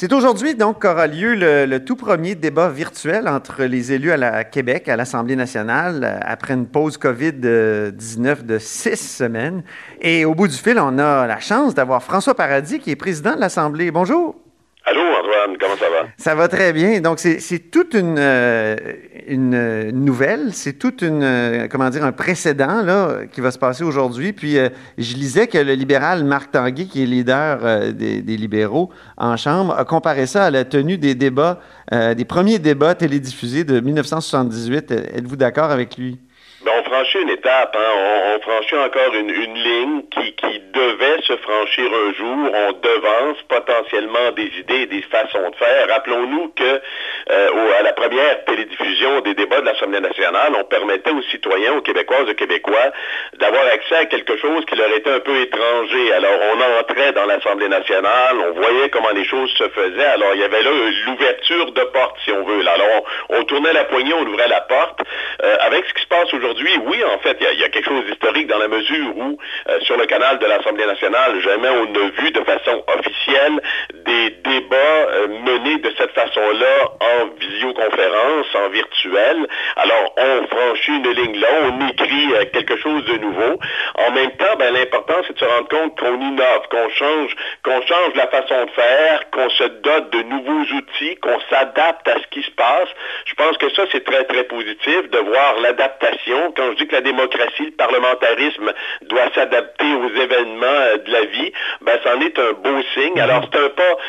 C'est aujourd'hui donc qu'aura lieu le tout premier débat virtuel entre les élus à Québec, à l'Assemblée nationale, après une pause COVID-19 de 6 semaines. Et au bout du fil, on a la chance d'avoir François Paradis, qui est président de l'Assemblée. Bonjour. Allô, Antoine, comment ça va? Ça va très bien. Donc, c'est toute une nouvelle, c'est toute un précédent là, qui va se passer aujourd'hui. Puis, je lisais que le libéral Marc Tanguay, qui est leader des libéraux en Chambre, a comparé ça à la tenue des débats, des premiers débats télédiffusés de 1978. Êtes-vous d'accord avec lui? Ben, on franchit une étape, hein? On franchit encore une ligne qui devait se franchir un jour. On devance potentiellement des idées et des façons de faire. Rappelons-nous que à la première télédiffusion des débats de l'Assemblée nationale, on permettait aux citoyens, aux Québécoises, aux Québécois, d'avoir accès à quelque chose qui leur était un peu étranger. Alors, on entrait dans l'Assemblée nationale, on voyait comment les choses se faisaient. Alors, il y avait là l'ouverture de porte, si on veut. Là. Alors, on tournait la poignée, on ouvrait la porte. Avec ce qui se passe aujourd'hui, oui, en fait, il y a quelque chose d'historique dans la mesure où, sur le canal de l'Assemblée nationale, jamais on n'a vu de façon officielle des débats menés de cette façon-là en visioconférence, en virtuel. Alors, on franchit une ligne là, on écrit quelque chose de nouveau. En même temps, ben, l'important, c'est de se rendre compte qu'on innove, qu'on change la façon de faire, qu'on se dote de nouveaux outils, qu'on s'adapte à ce qui se passe. Je pense que ça, c'est très, très positif de voir l'adaptation. Quand je dis que la démocratie, le parlementarisme doit s'adapter aux événements de la vie, ben, c'en est un beau signe. Alors, c'est un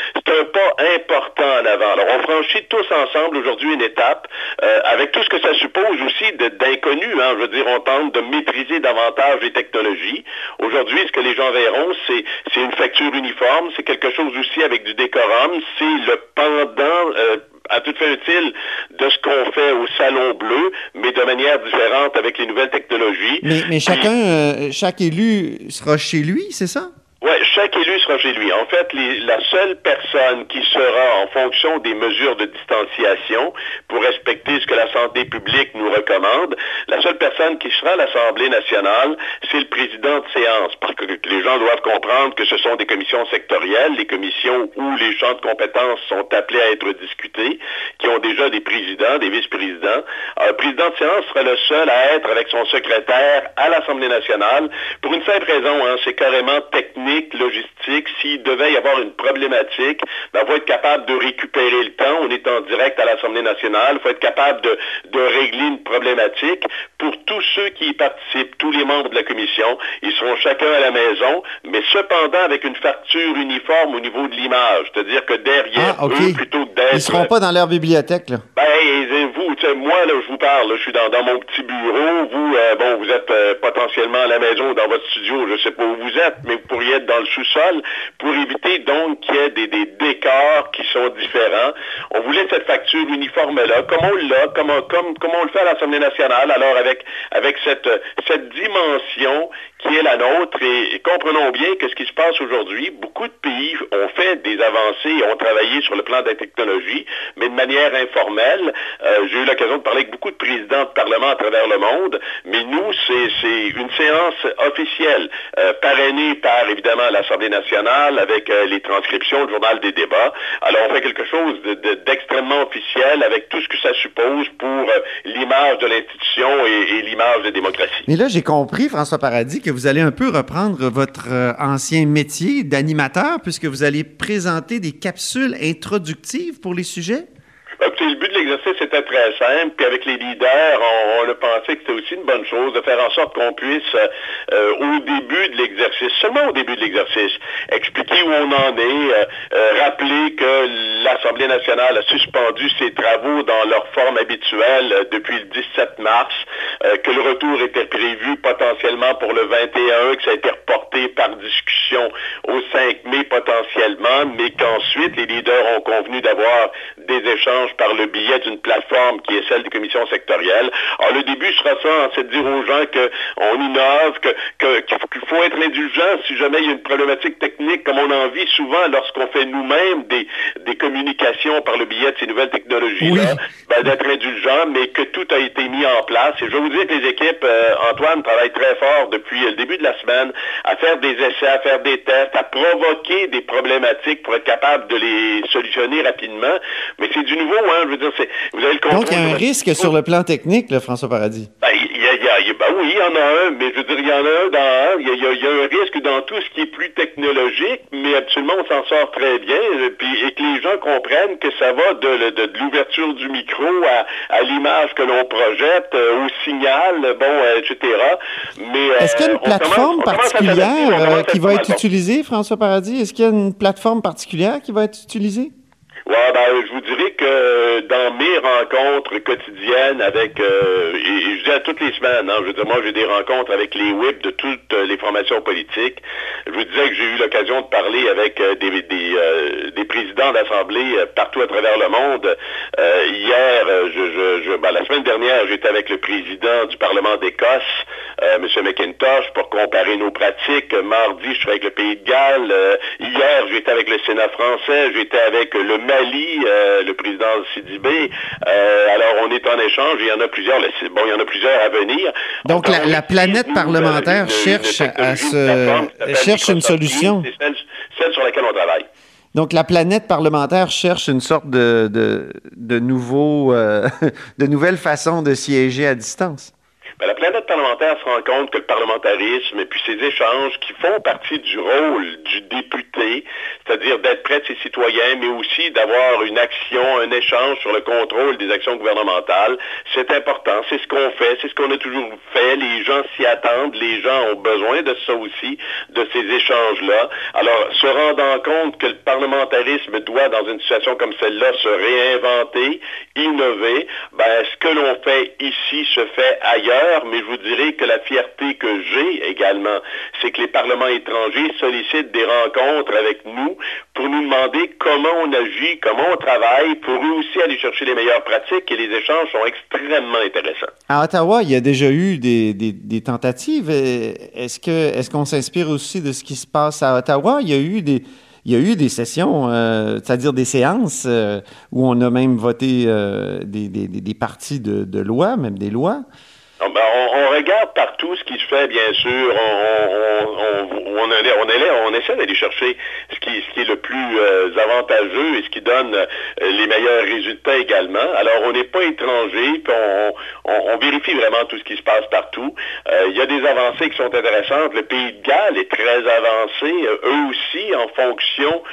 pas important en avant. Alors, on franchit tous ensemble aujourd'hui une étape, avec tout ce que ça suppose aussi d'inconnu, hein. Je veux dire, on tente de maîtriser davantage les technologies. Aujourd'hui, ce que les gens verront, c'est une facture uniforme, c'est quelque chose aussi avec du décorum, c'est le pendant, à toute fin utile de ce qu'on fait au Salon Bleu, mais de manière différente avec les nouvelles technologies. Mais chaque élu sera chez lui, c'est ça? Oui, chaque élu sera chez lui. En fait, la seule personne qui sera en fonction des mesures de distanciation pour respecter ce que la santé publique nous recommande, la seule personne qui sera à l'Assemblée nationale, c'est le président de séance. Parce que les gens doivent comprendre que ce sont des commissions sectorielles, les commissions où les champs de compétences sont appelés à être discutés, qui ont déjà des présidents, des vice-présidents. Alors, le président de séance sera le seul à être avec son secrétaire à l'Assemblée nationale pour une simple raison, hein, c'est carrément technique, logistique. S'il devait y avoir une problématique, ben, il faut être capable de récupérer le temps. On est en direct à l'Assemblée nationale. Il faut être capable de régler une problématique. Pour tous ceux qui y participent, tous les membres de la commission, ils seront chacun à la maison, mais cependant avec une facture uniforme au niveau de l'image. C'est-à-dire que derrière eux, plutôt que d'être... Ils ne seront pas dans leur bibliothèque, là. Ben, vous, moi, là, je vous parle, là, je suis dans mon petit bureau. Vous, vous êtes potentiellement à la maison ou dans votre studio. Je ne sais pas où vous êtes, mais vous pourriez être dans le sous-sol pour éviter donc qu'il y ait des décors qui sont différents. On voulait cette facture uniforme-là, comme on l'a, comme on le fait à l'Assemblée nationale, alors avec cette dimension qui est la nôtre, et comprenons bien que ce qui se passe aujourd'hui, beaucoup de pays ont fait des avancées et ont travaillé sur le plan de la technologie, mais de manière informelle. J'ai eu l'occasion de parler avec beaucoup de présidents de parlement à travers le monde, mais nous, c'est une séance officielle, parrainée par, évidemment, l'Assemblée nationale, avec les transcriptions, le journal des débats. Alors, on fait quelque chose d'extrêmement officiel, avec tout ce que ça suppose pour l'image de l'institution et l'image de la démocratie. Mais là, j'ai compris, François Paradis, que vous allez un peu reprendre votre ancien métier d'animateur, puisque vous allez présenter des capsules introductives pour les sujets? Écoutez, le but de l'exercice était très simple, puis avec les leaders, on a pensé que c'était aussi une bonne chose de faire en sorte qu'on puisse, au début de l'exercice, seulement au début de l'exercice, expliquer où on en est, rappeler que l'Assemblée nationale a suspendu ses travaux dans leur forme habituelle depuis le 17 mars, que le retour était prévu potentiellement pour le 21, que ça a été reporté par discussion au 5 mai potentiellement, mais qu'ensuite les leaders ont convenu d'avoir des échanges par le biais d'une plateforme qui est celle des commissions sectorielles. Alors, le début sera ça, c'est de dire aux gens qu'on innove, qu'il faut être indulgent si jamais il y a une problématique technique, comme on en vit souvent lorsqu'on fait nous-mêmes des commissions communication par le biais de ces nouvelles technologies-là, d'être indulgent, mais que tout a été mis en place. Et je vais vous dire que les équipes, Antoine, travaillent très fort depuis le début de la semaine à faire des essais, à faire des tests, à provoquer des problématiques pour être capable de les solutionner rapidement. Mais c'est du nouveau, hein, je veux dire, vous avez le contrôle. Donc, il y a un risque sur le plan technique, là, François Paradis. Oui, il y en a un, mais je veux dire, il y en a un dans un. Il y a un risque dans tout ce qui est plus technologique, mais absolument, on s'en sort très bien. Et que les gens comprennent que ça va de l'ouverture du micro à l'image que l'on projette, au signal, etc. Mais est-ce qu'il y a une plateforme particulière qui va être utilisée, François Paradis? Est-ce qu'il y a une plateforme particulière qui va être utilisée? Ouais, je vous dirais que dans mes rencontres quotidiennes avec, et je dis à toutes les semaines, hein, je veux dire, moi j'ai des rencontres avec les whips de toutes les formations politiques. Je vous disais que j'ai eu l'occasion de parler avec des présidents d'assemblée partout à travers le monde. Hier, la semaine dernière, j'étais avec le président du Parlement d'Écosse, M. McIntosh, pour comparer nos pratiques. Mardi, je suis avec le Pays de Galles. Hier, j'étais avec le Sénat français. J'étais avec le Mali, le président Sidibé. Alors, on est en échange. Il y en a plusieurs. Il y en a plusieurs à venir. Donc, la planète parlementaire cherche une solution. C'est celle sur laquelle on travaille. Donc, la planète parlementaire cherche une sorte de nouvelle façon de siéger à distance. La planète parlementaire se rend compte que le parlementarisme et puis ces échanges qui font partie du rôle du député, c'est-à-dire d'être près de ses citoyens, mais aussi d'avoir une action, un échange sur le contrôle des actions gouvernementales, c'est important, c'est ce qu'on fait, c'est ce qu'on a toujours fait, les gens s'y attendent, les gens ont besoin de ça aussi, de ces échanges-là. Alors, se rendant compte que le parlementarisme doit, dans une situation comme celle-là, se réinventer, innover, ce que l'on fait ici se fait ailleurs. Mais je vous dirais que la fierté que j'ai également, c'est que les parlements étrangers sollicitent des rencontres avec nous pour nous demander comment on agit, comment on travaille, pour eux aussi aller chercher les meilleures pratiques, et les échanges sont extrêmement intéressants. À Ottawa, il y a déjà eu des tentatives. Est-ce qu'on s'inspire aussi de ce qui se passe à Ottawa? Il y a eu des sessions, c'est-à-dire des séances où on a même voté des parties de loi, même des lois. On regarde partout ce qui se fait, bien sûr. On essaie d'aller chercher ce qui est le plus avantageux et ce qui donne les meilleurs résultats également. Alors, on n'est pas étranger, puis on vérifie vraiment tout ce qui se passe partout. Il y a des avancées qui sont intéressantes. Le Pays de Galles est très avancé, eux aussi, en fonction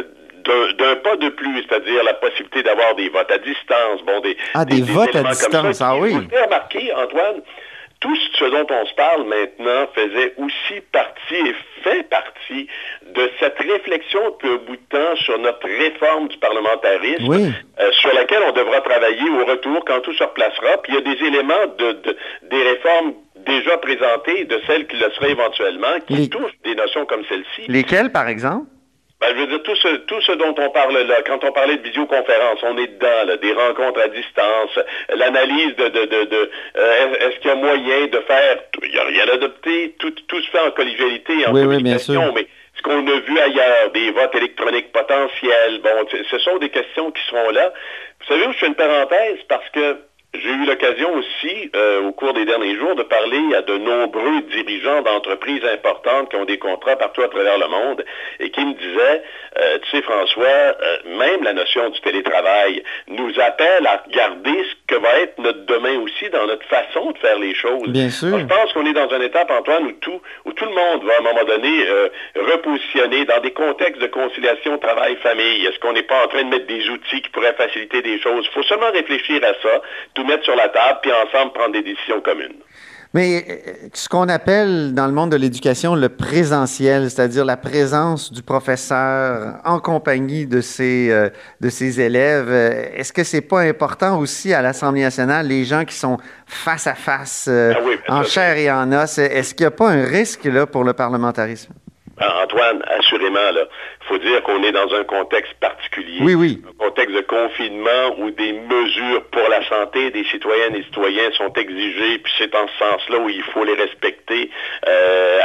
d'un pas de plus, c'est-à-dire la possibilité d'avoir des votes à distance. Des votes à distance, oui. Vous avez remarqué, Antoine, tout ce dont on se parle maintenant faisait aussi partie et fait partie de cette réflexion depuis un bout de temps sur notre réforme du parlementarisme, sur laquelle on devra travailler au retour quand tout se replacera. Puis il y a des éléments des réformes déjà présentées, de celles qui le seraient éventuellement, qui touchent des notions comme celle-ci. Lesquelles, par exemple? Je veux dire, tout ce dont on parle là, quand on parlait de visioconférence, on est dedans, là, des rencontres à distance, l'analyse est-ce qu'il y a moyen de faire, il n'y a rien adopté, tout se fait en collégialité, en communication, mais ce qu'on a vu ailleurs, des votes électroniques potentiels, ce sont des questions qui seront là. Vous savez où je fais une parenthèse, parce que j'ai eu l'occasion aussi, au cours des derniers jours, de parler à de nombreux dirigeants d'entreprises importantes qui ont des contrats partout à travers le monde et qui me disaient, tu sais François, même la notion du télétravail nous appelle à regarder ce que va être notre demain aussi dans notre façon de faire les choses. Bien sûr. Je pense qu'on est dans une étape, Antoine, où tout le monde va à un moment donné repositionner dans des contextes de conciliation travail-famille. Est-ce qu'on n'est pas en train de mettre des outils qui pourraient faciliter des choses? Il faut seulement réfléchir à ça, tout mettre sur la table, puis ensemble prendre des décisions communes. Mais ce qu'on appelle dans le monde de l'éducation le présentiel, c'est-à-dire la présence du professeur en compagnie de ses élèves, est-ce que c'est pas important aussi à l'Assemblée nationale, les gens qui sont face à face, en chair et en os, est-ce qu'il n'y a pas un risque là, pour le parlementarisme? Antoine, assurément, là, faut dire qu'on est dans un contexte particulier. Oui. Un contexte de confinement où des mesures pour la santé des citoyennes et citoyens sont exigées, puis c'est en ce sens-là où il faut les respecter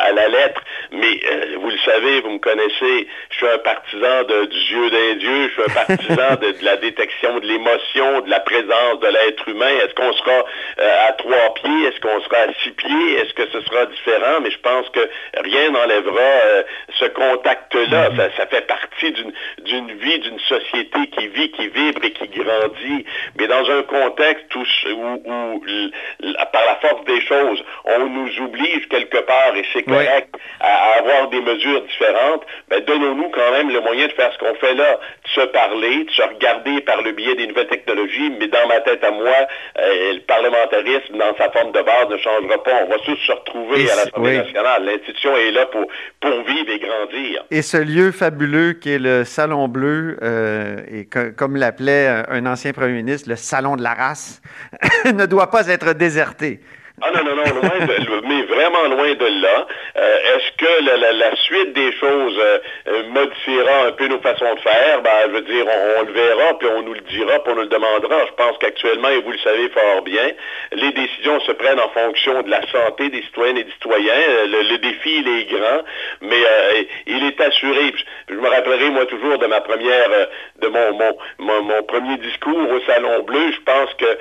à la lettre, mais vous le savez, vous me connaissez, je suis un partisan du Dieu d'un Dieu, je suis un partisan de la détection de l'émotion, de la présence de l'être humain. Est-ce qu'on sera à 3 pieds? Est-ce qu'on sera à 6 pieds? Est-ce que ce sera différent? Mais je pense que rien n'enlèvera ce contact-là. Ça fait partie d'une vie, d'une société qui vit, qui vibre et qui grandit. Mais dans un contexte où par la force des choses, on nous oblige quelque part, et c'est correct, à avoir des mesures différentes, ben donnons-nous quand même le moyen de faire ce qu'on fait là, de se parler, de se regarder par le biais des nouvelles technologies, mais dans ma tête à moi, le parlementarisme, dans sa forme de base, ne changera pas. On va tous se retrouver à l'Assemblée nationale. L'institution est là pour vivre et grandir. Et ce lieu fabuleux qui est le Salon Bleu, et comme l'appelait un ancien premier ministre, le Salon de la race, ne doit pas être déserté. Ah non, mais vraiment loin de là. Est-ce que la suite des choses modifiera un peu nos façons de faire? Ben, je veux dire, on le verra, puis on nous le dira, puis on nous le demandera. Je pense qu'actuellement, et vous le savez fort bien, les décisions se prennent en fonction de la santé des citoyennes et des citoyens. Le défi, il est grand, mais il est assuré. Je me rappellerai, moi, toujours de ma première, de mon premier discours au Salon Bleu. Je pense que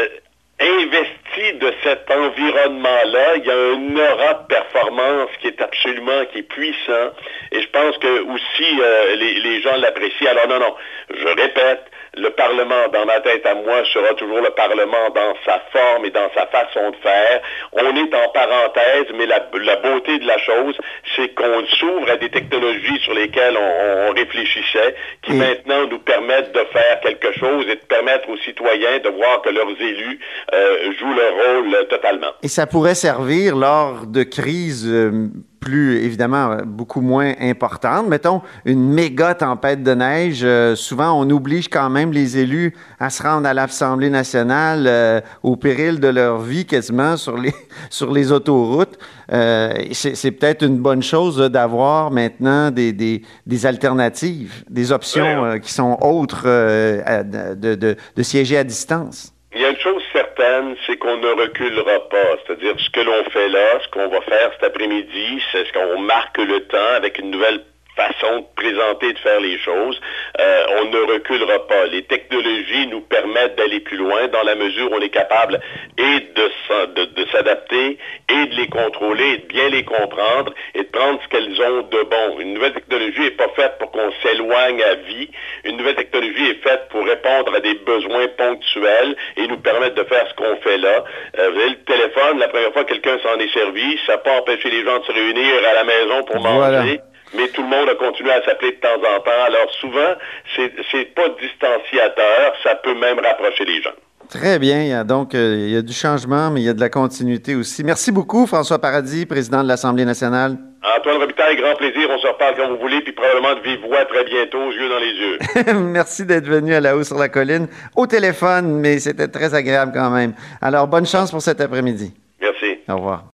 investi de cet environnement-là, il y a un aura de performance qui est puissant, et je pense que aussi les gens l'apprécient. Alors non, je répète, le Parlement, dans ma tête à moi, sera toujours le Parlement dans sa forme et dans sa façon de faire. On est en parenthèse, mais la beauté de la chose, c'est qu'on s'ouvre à des technologies sur lesquelles on réfléchissait, qui maintenant nous permettent de faire quelque chose et de permettre aux citoyens de voir que leurs élus jouent leur rôle totalement. Et ça pourrait servir lors de crises plus, évidemment, beaucoup moins importante. Mettons, une méga tempête de neige. Souvent, on oblige quand même les élus à se rendre à l'Assemblée nationale au péril de leur vie quasiment sur les autoroutes. C'est peut-être une bonne chose d'avoir maintenant des alternatives, des options qui sont autres de siéger à distance. Il y a une chose certaine, c'est qu'on ne reculera pas. C'est-à-dire, ce que l'on fait là, ce qu'on va faire cet après-midi, c'est ce qu'on marque le temps avec une nouvelle façon de présenter et de faire les choses. On ne reculera pas. Les technologies nous permettent d'aller plus loin dans la mesure où on est capable et de s'adapter et de les contrôler et de bien les comprendre et de prendre ce qu'elles ont de bon. Une nouvelle technologie n'est pas faite pour qu'on s'éloigne à vie. Une nouvelle technologie est faite pour répondre à des besoins ponctuels et nous permettre de faire ce qu'on fait là. Vous avez le téléphone, la première fois que quelqu'un s'en est servi, ça n'a pas empêché les gens de se réunir à la maison pour manger. Voilà. Mais tout le monde a continué à s'appeler de temps en temps. Alors souvent, c'est pas distanciateur, ça peut même rapprocher les gens. Très bien. Donc, il y a du changement, mais il y a de la continuité aussi. Merci beaucoup, François Paradis, président de l'Assemblée nationale. Antoine Robitaille, grand plaisir. On se reparle quand vous voulez, puis probablement de vive voix très bientôt, yeux dans les yeux. Merci d'être venu à La Haut sur la Colline, au téléphone, mais c'était très agréable quand même. Alors, bonne chance pour cet après-midi. Merci. Au revoir.